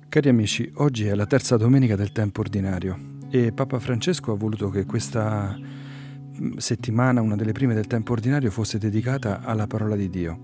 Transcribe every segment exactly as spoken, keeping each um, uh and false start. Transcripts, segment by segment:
Cari amici, oggi è la terza domenica del tempo ordinario e Papa Francesco ha voluto che questa settimana, una delle prime del tempo ordinario, fosse dedicata alla parola di Dio.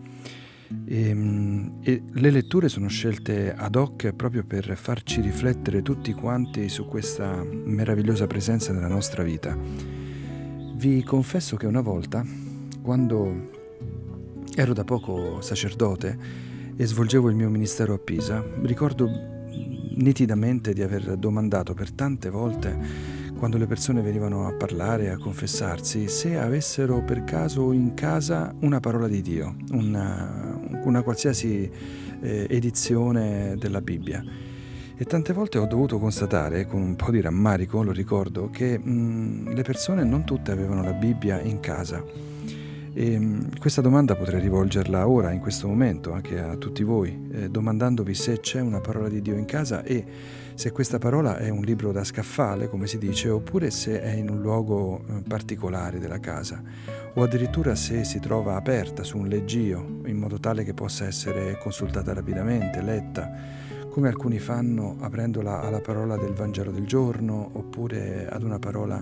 E, e le letture sono scelte ad hoc proprio per farci riflettere tutti quanti su questa meravigliosa presenza nella nostra vita. Vi confesso che una volta, quando ero da poco sacerdote e svolgevo il mio ministero a Pisa, ricordo nitidamente di aver domandato per tante volte, quando le persone venivano a parlare, a confessarsi, se avessero per caso in casa una parola di Dio, una, una qualsiasi eh, edizione della Bibbia. E tante volte ho dovuto constatare, con un po' di rammarico, lo ricordo, che mh, le persone non tutte avevano la Bibbia in casa. E questa domanda potrei rivolgerla ora, in questo momento, anche a tutti voi, eh, domandandovi se c'è una parola di Dio in casa e se questa parola è un libro da scaffale, come si dice, oppure se è in un luogo eh, particolare della casa, o addirittura se si trova aperta su un leggio, in modo tale che possa essere consultata rapidamente, letta, come alcuni fanno aprendola alla parola del Vangelo del giorno, oppure ad una parola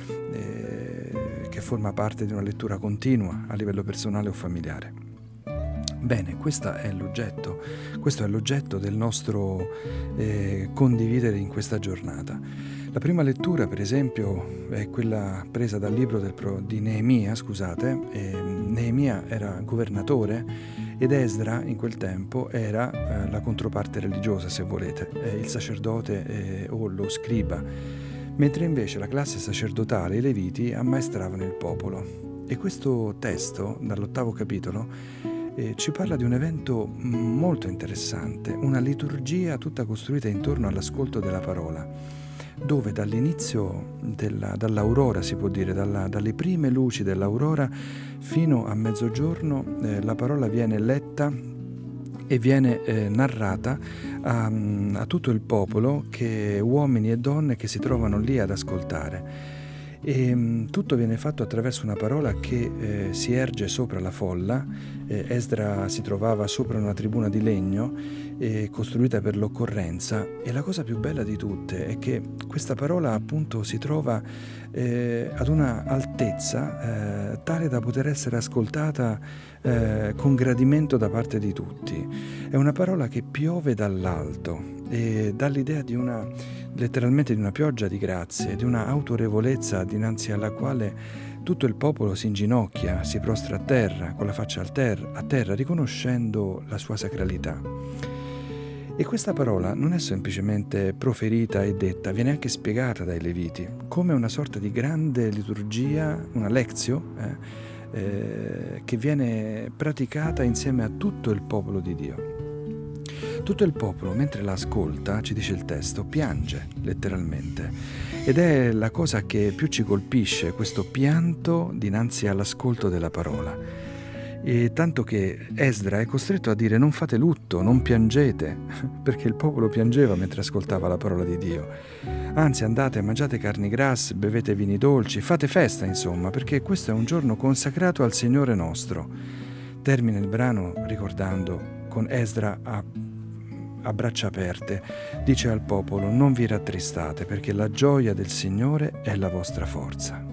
eh, che forma parte di una lettura continua a livello personale o familiare. Bene, questo è l'oggetto, questo è l'oggetto del nostro eh, condividere in questa giornata. La prima lettura, per esempio, è quella presa dal libro del pro, di Neemia, scusate. Eh, Neemia era governatore ed Esdra in quel tempo era eh, la controparte religiosa, se volete, eh, il sacerdote eh, o lo scriba, mentre invece la classe sacerdotale, i Leviti, ammaestravano il popolo. E questo testo, dall'ottavo capitolo, eh, ci parla di un evento molto interessante, una liturgia tutta costruita intorno all'ascolto della parola, dove dall'inizio, della, dall'aurora, si può dire, dalla, dalle prime luci dell'aurora fino a mezzogiorno, eh, la parola viene letta e viene eh, narrata a, a tutto il popolo, che uomini e donne che si trovano lì ad ascoltare. E mh, tutto viene fatto attraverso una parola che eh, si erge sopra la folla. eh, Esdra si trovava sopra una tribuna di legno eh, costruita per l'occorrenza, e la cosa più bella di tutte è che questa parola appunto si trova eh, ad una altezza eh, tale da poter essere ascoltata eh, con gradimento da parte di tutti. È una parola che piove dall'alto e dà l'idea di una, letteralmente di una pioggia di grazie, di una autorevolezza dinanzi alla quale tutto il popolo si inginocchia, si prostra a terra, con la faccia al ter- a terra, riconoscendo la sua sacralità. E questa parola non è semplicemente proferita e detta, viene anche spiegata dai Leviti, come una sorta di grande liturgia, una lectio, eh, eh, che viene praticata insieme a tutto il popolo di Dio. Tutto il popolo, mentre la ascolta, ci dice il testo, piange letteralmente. Ed è la cosa che più ci colpisce, questo pianto dinanzi all'ascolto della parola. E tanto che Esdra è costretto a dire: non fate lutto, non piangete, perché il popolo piangeva mentre ascoltava la parola di Dio. Anzi, andate, mangiate carni grasse, bevete vini dolci, fate festa, insomma, perché questo è un giorno consacrato al Signore nostro. Termina il brano ricordando con Esdra a a braccia aperte, dice al popolo: non vi rattristate, perché la gioia del Signore è la vostra forza.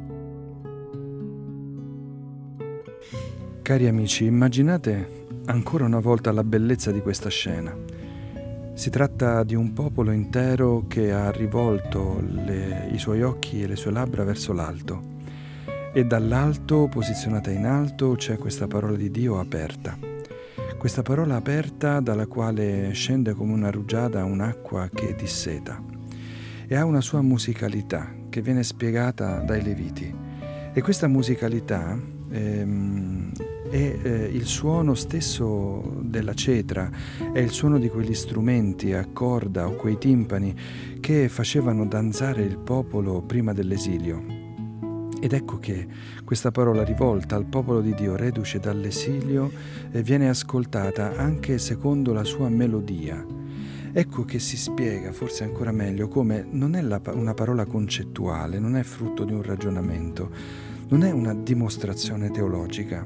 Cari amici, immaginate ancora una volta la bellezza di questa scena. Si tratta di un popolo intero che ha rivolto le, i suoi occhi e le sue labbra verso l'alto, e dall'alto, posizionata in alto, c'è questa parola di Dio aperta. Questa parola aperta dalla quale scende come una rugiada un'acqua che disseta, e ha una sua musicalità che viene spiegata dai Leviti. E questa musicalità ehm, è eh, il suono stesso della cetra, è il suono di quegli strumenti a corda o quei timpani che facevano danzare il popolo prima dell'esilio. Ed ecco che questa parola rivolta al popolo di Dio reduce dall'esilio eh, viene ascoltata anche secondo la sua melodia. Ecco che si spiega forse ancora meglio come non è la, una parola concettuale, non è frutto di un ragionamento, non è una dimostrazione teologica.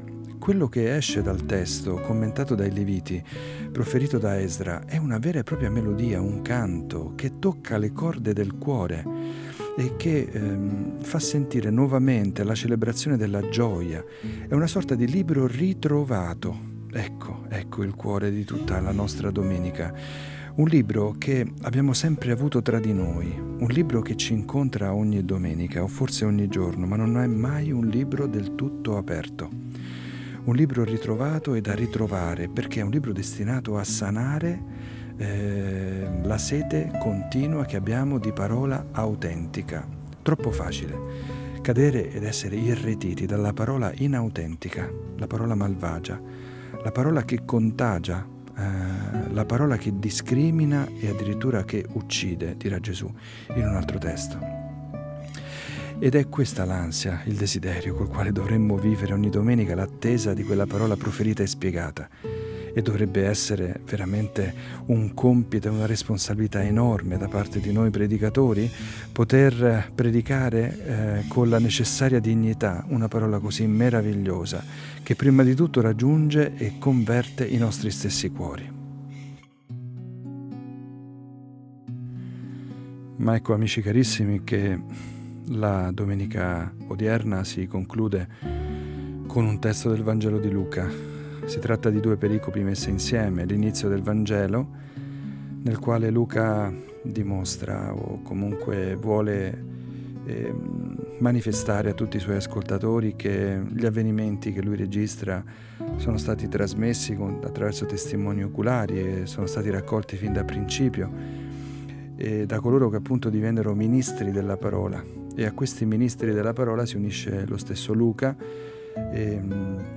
quello che esce dal testo, commentato dai Leviti, proferito da Esdra, è una vera e propria melodia, un canto che tocca le corde del cuore e che ehm, fa sentire nuovamente la celebrazione della gioia. È una sorta di libro ritrovato. Ecco, ecco il cuore di tutta la nostra domenica. Un libro che abbiamo sempre avuto tra di noi, un libro che ci incontra ogni domenica o forse ogni giorno, ma non è mai un libro del tutto aperto. Un libro ritrovato e da ritrovare, perché è un libro destinato a sanare eh, la sete continua che abbiamo di parola autentica. Troppo facile cadere ed essere irretiti dalla parola inautentica, la parola malvagia, la parola che contagia, eh, la parola che discrimina e addirittura che uccide, dirà Gesù in un altro testo. Ed è questa l'ansia, il desiderio col quale dovremmo vivere ogni domenica, l'attesa di quella parola proferita e spiegata. E dovrebbe essere veramente un compito e una responsabilità enorme da parte di noi predicatori poter predicare eh, con la necessaria dignità una parola così meravigliosa che prima di tutto raggiunge e converte i nostri stessi cuori. Ma ecco, amici carissimi, che la domenica odierna si conclude con un testo del Vangelo di Luca. Si tratta di due pericopi messe insieme, l'inizio del Vangelo, nel quale Luca dimostra o comunque vuole eh, manifestare a tutti i suoi ascoltatori che gli avvenimenti che lui registra sono stati trasmessi con, attraverso testimoni oculari e sono stati raccolti fin da principio e da coloro che appunto divennero ministri della parola. E a questi ministri della parola si unisce lo stesso Luca, e,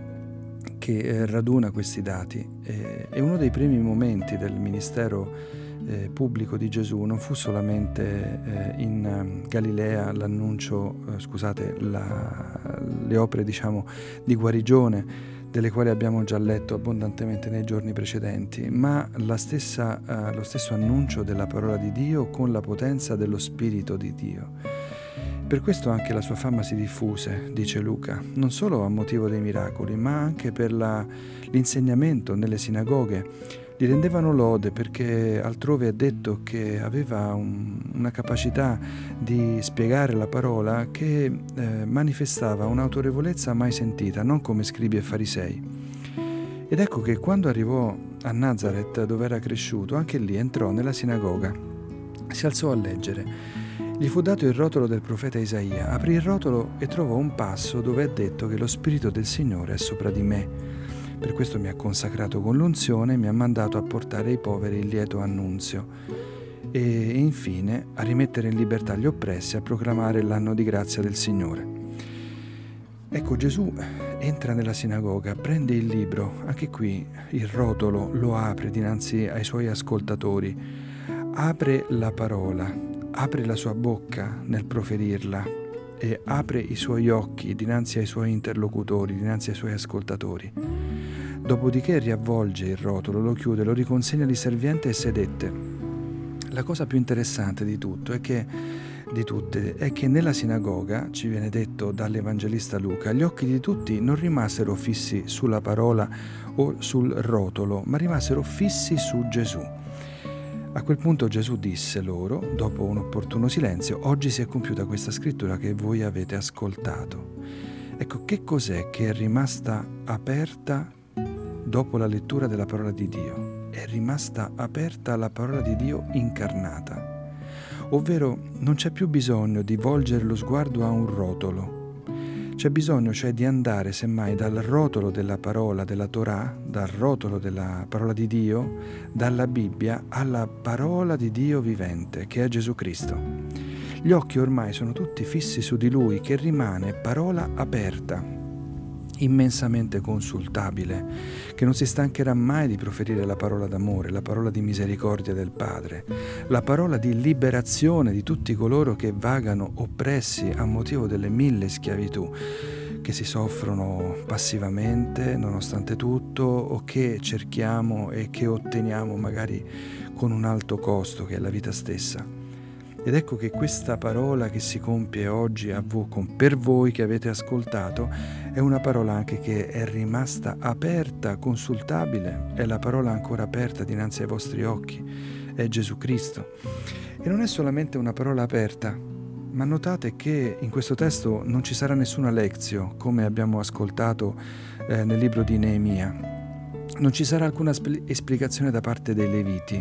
che raduna questi dati. E uno dei primi momenti del ministero eh, pubblico di Gesù non fu solamente eh, in Galilea l'annuncio, eh, scusate, la, le opere diciamo di guarigione delle quali abbiamo già letto abbondantemente nei giorni precedenti, ma la stessa, eh, lo stesso annuncio della parola di Dio con la potenza dello Spirito di Dio. Per questo anche la sua fama si diffuse, dice Luca, non solo a motivo dei miracoli, ma anche per la, l'insegnamento nelle sinagoghe. Gli rendevano lode perché altrove è detto che aveva un, una capacità di spiegare la parola che eh, manifestava un'autorevolezza mai sentita, non come scribi e farisei. Ed ecco che quando arrivò a Nazareth, dove era cresciuto, anche lì entrò nella sinagoga, si alzò a leggere. Gli fu dato il rotolo del profeta Isaia, aprì il rotolo e trovò un passo dove è detto che lo Spirito del Signore è sopra di me. Per questo mi ha consacrato con l'unzione e mi ha mandato a portare ai poveri il lieto annunzio e infine a rimettere in libertà gli oppressi, a proclamare l'anno di grazia del Signore. Ecco, Gesù entra nella sinagoga, prende il libro, anche qui il rotolo lo apre dinanzi ai suoi ascoltatori, apre la parola, apre la sua bocca nel proferirla e apre i suoi occhi dinanzi ai suoi interlocutori, dinanzi ai suoi ascoltatori. Dopodiché riavvolge il rotolo, lo chiude, lo riconsegna al servente e sedette. La cosa più interessante di tutto è che, di tutte, è che nella sinagoga, ci viene detto dall'evangelista Luca, gli occhi di tutti non rimasero fissi sulla parola o sul rotolo, ma rimasero fissi su Gesù. A quel punto Gesù disse loro, dopo un opportuno silenzio, oggi si è compiuta questa scrittura che voi avete ascoltato. Ecco, che cos'è che è rimasta aperta dopo la lettura della parola di Dio? È rimasta aperta la parola di Dio incarnata. Ovvero non c'è più bisogno di volgere lo sguardo a un rotolo. C'è bisogno cioè di andare semmai dal rotolo della parola della Torah, dal rotolo della parola di Dio, dalla Bibbia alla parola di Dio vivente, che è Gesù Cristo. Gli occhi ormai sono tutti fissi su di Lui, che rimane parola aperta, immensamente consultabile, che non si stancherà mai di proferire la parola d'amore, la parola di misericordia del Padre, la parola di liberazione di tutti coloro che vagano oppressi a motivo delle mille schiavitù che si soffrono passivamente nonostante tutto o che cerchiamo e che otteniamo magari con un alto costo che è la vita stessa. Ed ecco che questa parola che si compie oggi a voi, per voi che avete ascoltato, è una parola anche che è rimasta aperta, consultabile, è la parola ancora aperta dinanzi ai vostri occhi, è Gesù Cristo. E non è solamente una parola aperta, ma notate che in questo testo non ci sarà nessuna lezio, come abbiamo ascoltato eh, nel libro di Neemia. Non ci sarà alcuna spl- esplicazione da parte dei Leviti.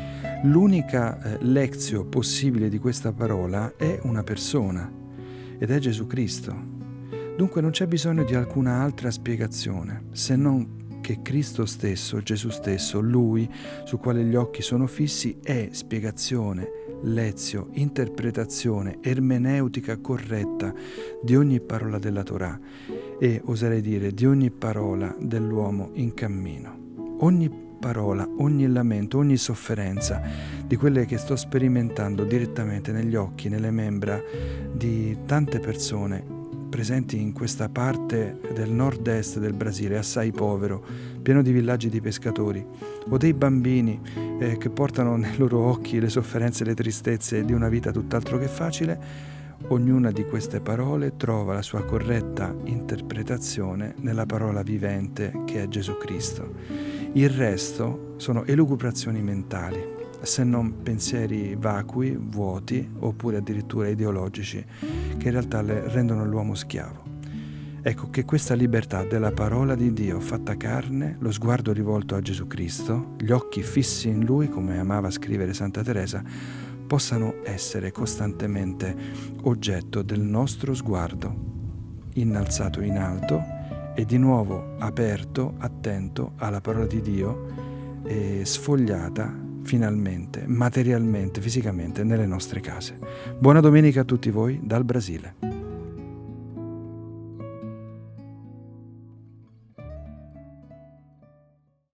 L'unica eh, lezio possibile di questa parola è una persona, ed è Gesù Cristo. Dunque non c'è bisogno di alcuna altra spiegazione, se non che Cristo stesso, Gesù stesso, Lui, su quale gli occhi sono fissi, è spiegazione, lezio, interpretazione, ermeneutica corretta di ogni parola della Torah e, oserei dire, di ogni parola dell'uomo in cammino. Ogni parola, ogni lamento, ogni sofferenza di quelle che sto sperimentando direttamente negli occhi, nelle membra di tante persone presenti in questa parte del nord-est del Brasile, assai povero, pieno di villaggi di pescatori, o dei bambini eh, che portano nei loro occhi le sofferenze e le tristezze di una vita tutt'altro che facile. Ognuna di queste parole trova la sua corretta interpretazione nella parola vivente che è Gesù Cristo. Il resto sono elucubrazioni mentali, se non pensieri vacui, vuoti, oppure addirittura ideologici, che in realtà le rendono l'uomo schiavo. Ecco che questa libertà della parola di Dio fatta carne, lo sguardo rivolto a Gesù Cristo, gli occhi fissi in Lui, come amava scrivere Santa Teresa, possano essere costantemente oggetto del nostro sguardo, innalzato in alto e di nuovo aperto, attento alla parola di Dio e sfogliata finalmente, materialmente, fisicamente nelle nostre case. Buona domenica a tutti voi dal Brasile.